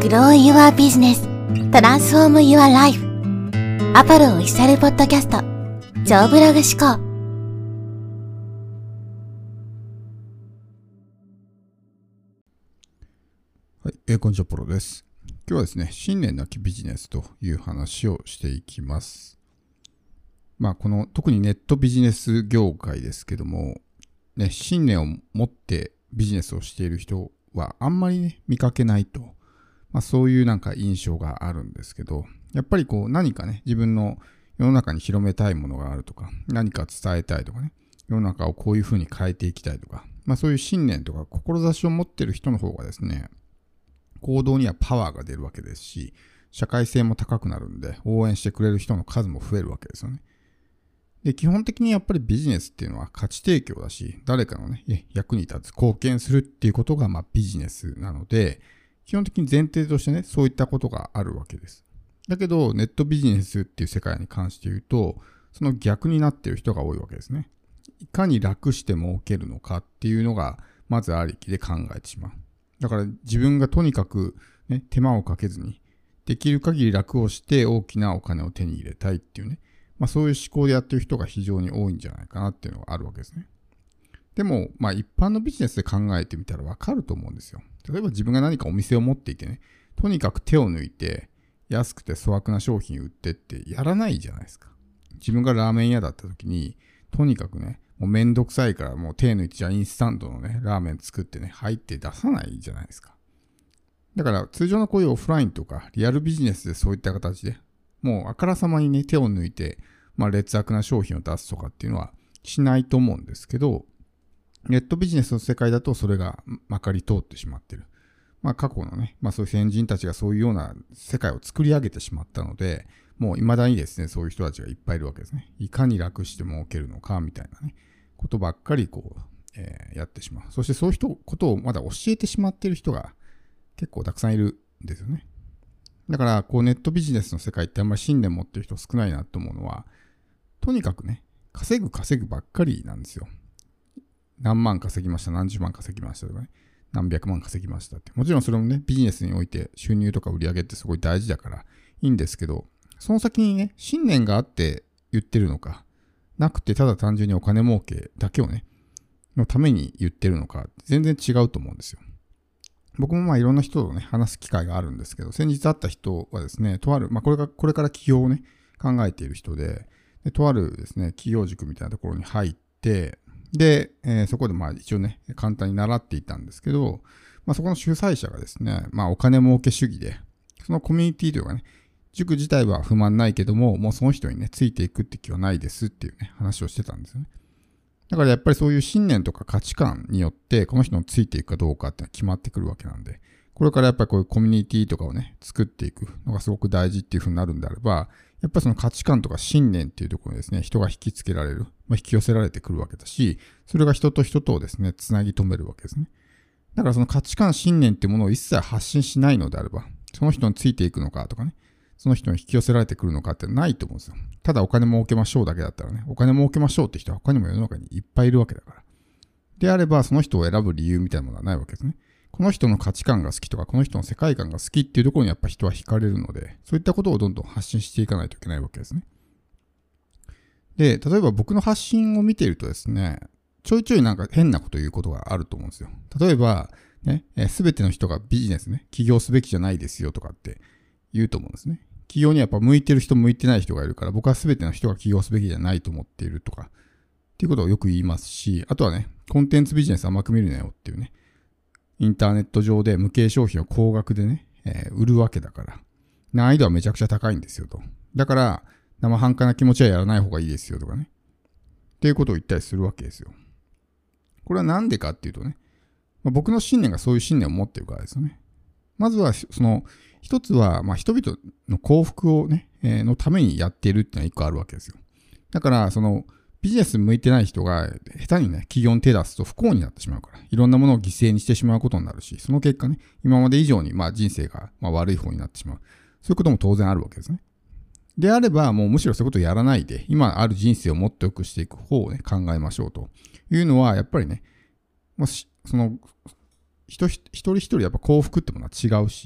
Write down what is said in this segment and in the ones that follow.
Grow Your Business Transform Your Life アポロオフィシャルポッドキャスト超ブログ思考。 はい、こんにちは、ポロです。今日はですね、信念なきビジネスという話をしていきます。この特にネットビジネス業界ですけども、ね、信念を持ってビジネスをしている人はあんまりね、見かけないと、そういう印象があるんですけど、やっぱり何かね、自分の世の中に広めたいものがあるとか、何か伝えたいとかね、世の中をこういう風に変えていきたいとか、そういう信念とか志を持っている人の方がですね、行動にはパワーが出るわけですし、社会性も高くなるんで、応援してくれる人の数も増えるわけですよね。で、基本的にやっぱりビジネスっていうのは価値提供だし、誰かのね、役に立つ、貢献するっていうことがビジネスなので、基本的に前提としてね、そういったことがあるわけです。だけど、ネットビジネスっていう世界に関して言うと、その逆になっている人が多いわけですね。いかに楽して儲けるのかっていうのが、まずありきで考えてしまう。だから自分がとにかく、ね、手間をかけずに、できる限り楽をして大きなお金を手に入れたいっていうね、そういう思考でやってる人が非常に多いんじゃないかなっていうのがあるわけですね。でも、一般のビジネスで考えてみたらわかると思うんですよ。例えば自分が何かお店を持っていてね、とにかく手を抜いて、安くて粗悪な商品売ってってやらないじゃないですか。自分がラーメン屋だった時に、とにかくね、もうめんどくさいからもう手抜いてじゃあインスタントのね、ラーメン作ってね、入って出さないじゃないですか。だから通常のこういうオフラインとかリアルビジネスでそういった形で、もうあからさまにね、手を抜いて、劣悪な商品を出すとかっていうのはしないと思うんですけど、ネットビジネスの世界だとそれがまかり通ってしまってる。過去のね、そういう先人たちがそういうような世界を作り上げてしまったので、もう未だにですね、そういう人たちがいっぱいいるわけですね。いかに楽して儲けるのかみたいなね、ことばっかりやってしまう。そしてそういうことをまだ教えてしまっている人が結構たくさんいるんですよね。だからネットビジネスの世界ってあんまり信念持ってる人少ないなと思うのは、とにかくね、稼ぐばっかりなんですよ。何万稼ぎました、何十万稼ぎましたとかね、何百万稼ぎましたって。もちろんそれもね、ビジネスにおいて収入とか売り上げってすごい大事だからいいんですけど、その先にね、信念があって言ってるのか、なくてただ単純にお金儲けだけをね、のために言ってるのか、全然違うと思うんですよ。僕もいろんな人とね、話す機会があるんですけど、先日会った人はですね、とある、これから起業をね、考えている人で、とあるですね、企業塾みたいなところに入って、で、そこで一応ね、簡単に習っていたんですけど、そこの主催者がですね、お金儲け主義で、そのコミュニティというかね、塾自体は不満ないけども、もうその人にね、ついていくって気はないですっていうね、話をしてたんですよね。だからやっぱりそういう信念とか価値観によって、この人についていくかどうかって決まってくるわけなんで、これからやっぱりこういうコミュニティとかをね、作っていくのがすごく大事っていう風になるんであれば、やっぱりその価値観とか信念っていうところにですね、人が引きつけられる、引き寄せられてくるわけだし、それが人と人とをですね、つなぎ止めるわけですね。だからその価値観、信念っていうものを一切発信しないのであれば、その人についていくのかとかね、その人に引き寄せられてくるのかってないと思うんですよ。ただお金儲けましょうだけだったらね、お金儲けましょうって人は他にも世の中にいっぱいいるわけだから。であれば、その人を選ぶ理由みたいなものはないわけですね。この人の価値観が好きとか、この人の世界観が好きっていうところにやっぱ人は惹かれるので、そういったことをどんどん発信していかないといけないわけですね。で、例えば僕の発信を見ているとですね、ちょいちょい変なことを言うことがあると思うんですよ。例えば、ね、すべての人がビジネスね、起業すべきじゃないですよとかって言うと思うんですね。起業にはやっぱ向いてる人向いてない人がいるから、僕はすべての人が起業すべきじゃないと思っているとか、っていうことをよく言いますし、あとはね、コンテンツビジネス甘く見るなよっていうね、インターネット上で無形商品を高額でね、売るわけだから、難易度はめちゃくちゃ高いんですよと。だから、生半可な気持ちはやらない方がいいですよとかね。っていうことを言ったりするわけですよ。これはなんでかっていうとね、僕の信念がそういう信念を持っているからですよね。まずは、一つは、人々の幸福をね、のためにやっているっていうのは一個あるわけですよ。だから、ビジネス向いてない人が下手にね、企業に手出すと不幸になってしまうから、いろんなものを犠牲にしてしまうことになるし、その結果ね、今まで以上に人生が悪い方になってしまう。そういうことも当然あるわけですね。であれば、もうむしろそういうことをやらないで、今ある人生をもっと良くしていく方をね、考えましょうというのは、やっぱりね、一人一人やっぱ幸福ってものは違うし、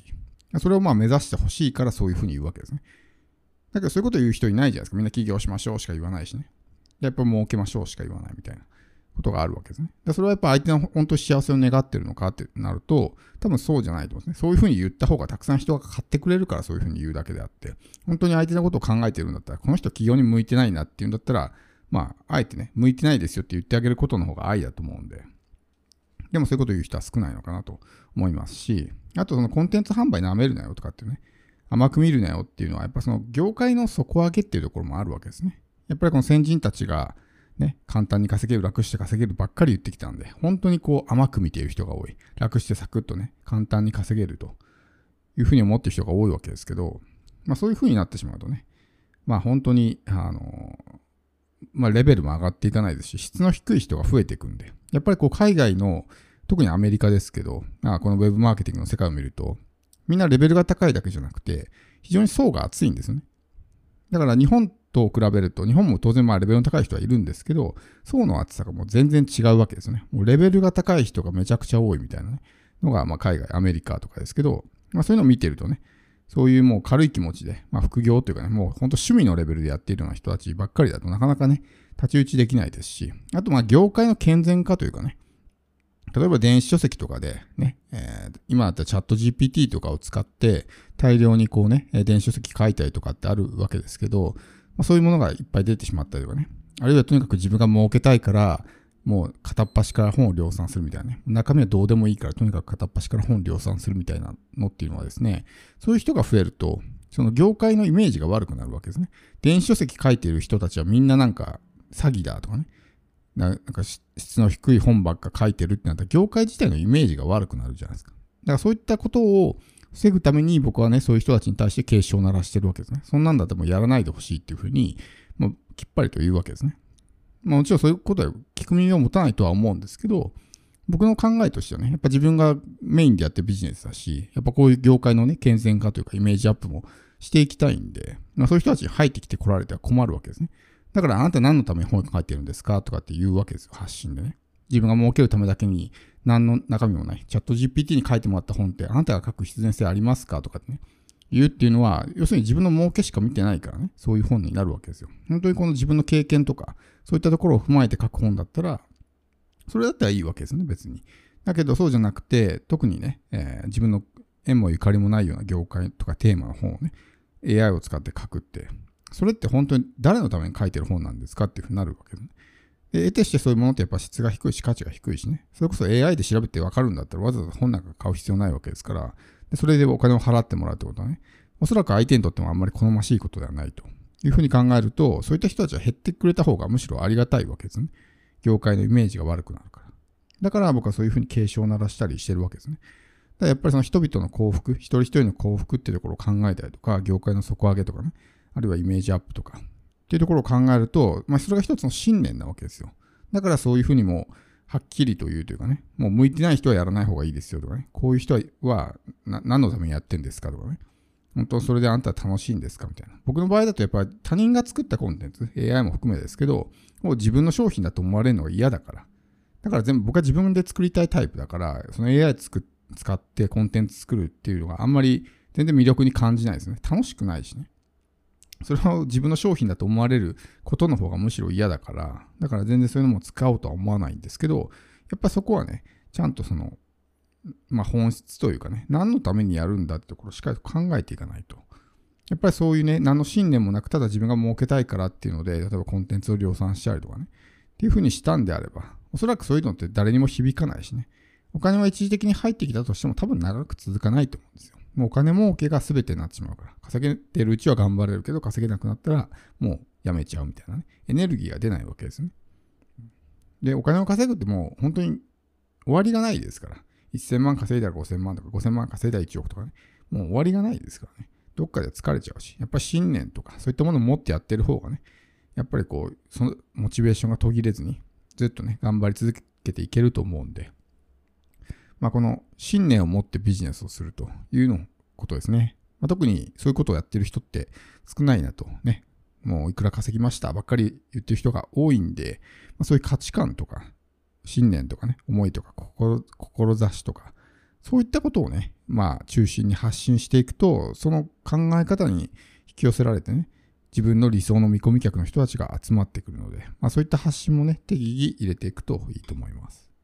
それをまあ目指してほしいからそういうふうに言うわけですね。だけどそういうこと言う人いないじゃないですか。みんな起業しましょうしか言わないしね。やっぱ儲けましょうしか言わないみたいなことがあるわけですね。それはやっぱ相手の本当に幸せを願ってるのかってなると、多分そうじゃないと思うんですね。そういうふうに言った方がたくさん人が買ってくれるからそういうふうに言うだけであって、本当に相手のことを考えてるんだったら、この人起業に向いてないなっていうんだったら、まあ、あえてね、向いてないですよって言ってあげることの方が愛だと思うんで。でもそういうことを言う人は少ないのかなと思いますし、あとそのコンテンツ販売舐めるなよとかってね、甘く見るなよっていうのは、やっぱその業界の底上げっていうところもあるわけですね。やっぱりこの先人たちがね、簡単に稼げる、楽して稼げるばっかり言ってきたんで、本当にこう甘く見ている人が多い。楽してサクッとね、簡単に稼げるというふうに思っている人が多いわけですけど、まあそういうふうになってしまうとね、まあ本当に、まあレベルも上がっていかないですし、質の低い人が増えていくんで、やっぱりこう海外の、特にアメリカですけど、このウェブマーケティングの世界を見ると、みんなレベルが高いだけじゃなくて、非常に層が厚いんですよね。だから日本と比べると、日本も当然まあレベルの高い人はいるんですけど、層の厚さがもう全然違うわけですよね。もうレベルが高い人がめちゃくちゃ多いみたいな、ね、のがまあ海外、アメリカとかですけど、まあそういうのを見てるとね、そういうもう軽い気持ちで、まあ副業というかね、もう本当趣味のレベルでやっているような人たちばっかりだとなかなかね、太刀打ちできないですし、あとまあ業界の健全化というかね、例えば電子書籍とかでね、今だったらチャット GPT とかを使って大量にこうね、電子書籍書いたりとかってあるわけですけど、まあ、そういうものがいっぱい出てしまったりとかね、あるいはとにかく自分が儲けたいから、もう片っ端から本を量産するみたいなね、中身はどうでもいいからとにかく片っ端から本を量産するみたいなのっていうのはですね、そういう人が増えると、その業界のイメージが悪くなるわけですね。電子書籍書いている人たちはみんななんか詐欺だとかね、なんか質の低い本ばっか書いてるってなったら業界自体のイメージが悪くなるじゃないですか。だからそういったことを防ぐために僕はね、そういう人たちに対して警鐘を鳴らしてるわけですね。そんなんだってもうやらないでほしいっていうふうに、もうきっぱりと言うわけですね。もちろんそういうことは聞く耳を持たないとは思うんですけど、僕の考えとしてはね、やっぱ自分がメインでやってるビジネスだし、やっぱこういう業界のね、健全化というかイメージアップもしていきたいんで、まあ、そういう人たちに入ってきて来られては困るわけですね。だからあなた何のために本を書いてるんですかとかって言うわけですよ、発信でね。自分が儲けるためだけに何の中身もない。チャット GPT に書いてもらった本ってあなたが書く必然性ありますかとかってね。言うっていうのは、要するに自分の儲けしか見てないからね、そういう本になるわけですよ。本当にこの自分の経験とか、そういったところを踏まえて書く本だったら、それだったらいいわけですね、別に。だけどそうじゃなくて、特にね、自分の縁もゆかりもないような業界とかテーマの本をね、AI を使って書くって、それって本当に誰のために書いてる本なんですかっていうふうになるわけですね。で、得てしてそういうものってやっぱ質が低いし価値が低いしね。それこそ AI で調べて分かるんだったらわざわざ本なんか買う必要ないわけですから、でそれでお金を払ってもらうってことはね、おそらく相手にとってもあんまり好ましいことではないというふうに考えると、そういった人たちは減ってくれた方がむしろありがたいわけですね。業界のイメージが悪くなるから。だから僕はそういうふうに警鐘を鳴らしたりしてるわけですね。だからやっぱりその人々の幸福、一人一人の幸福っていうところを考えたりとか、業界の底上げとかね、あるいはイメージアップとかっていうところを考えると、まあそれが一つの信念なわけですよ。だからそういうふうにもはっきりと言うというかね、もう向いてない人はやらない方がいいですよとかね、こういう人は何のためにやってんですかとかね、本当それであんたは楽しいんですかみたいな。僕の場合だとやっぱり他人が作ったコンテンツ、AI も含めですけど、もう自分の商品だと思われるのが嫌だから。だから全部僕は自分で作りたいタイプだから、その AI 使ってコンテンツ作るっていうのがあんまり全然魅力に感じないですね。楽しくないしね。それを自分の商品だと思われることの方がむしろ嫌だから、だから全然そういうのも使おうとは思わないんですけど、やっぱそこはね、ちゃんとその、まあ本質というかね、何のためにやるんだってところをしっかりと考えていかないと。やっぱりそういうね、何の信念もなく、ただ自分が儲けたいからっていうので、例えばコンテンツを量産したりとかね、っていう風にしたんであれば、おそらくそういうのって誰にも響かないしね、お金は一時的に入ってきたとしても多分長く続かないと思うんですよ。もうお金儲けが全てになってしまうから。稼げてるうちは頑張れるけど、稼げなくなったらもうやめちゃうみたいなね。エネルギーが出ないわけですね。で、お金を稼ぐってもう本当に終わりがないですから。1000万稼いだら5000万とか、5000万稼いだら1億とかね。もう終わりがないですからね。どっかで疲れちゃうし、やっぱり信念とかそういったものを持ってやってる方がね、やっぱりこう、そのモチベーションが途切れずに、ずっとね、頑張り続けていけると思うんで、まあこの信念を持ってビジネスをするというのことですね。まあ、特にそういうことをやってる人って少ないなとね、もういくら稼ぎましたばっかり言ってる人が多いんで、まあ、そういう価値観とか、信念とかね、思いとか、志とか、 そういったことをね、中心に発信していくと、その考え方に引き寄せられてね、自分の理想の見込み客の人たちが集まってくるので、そういった発信もね、適宜入れていくといいと思います。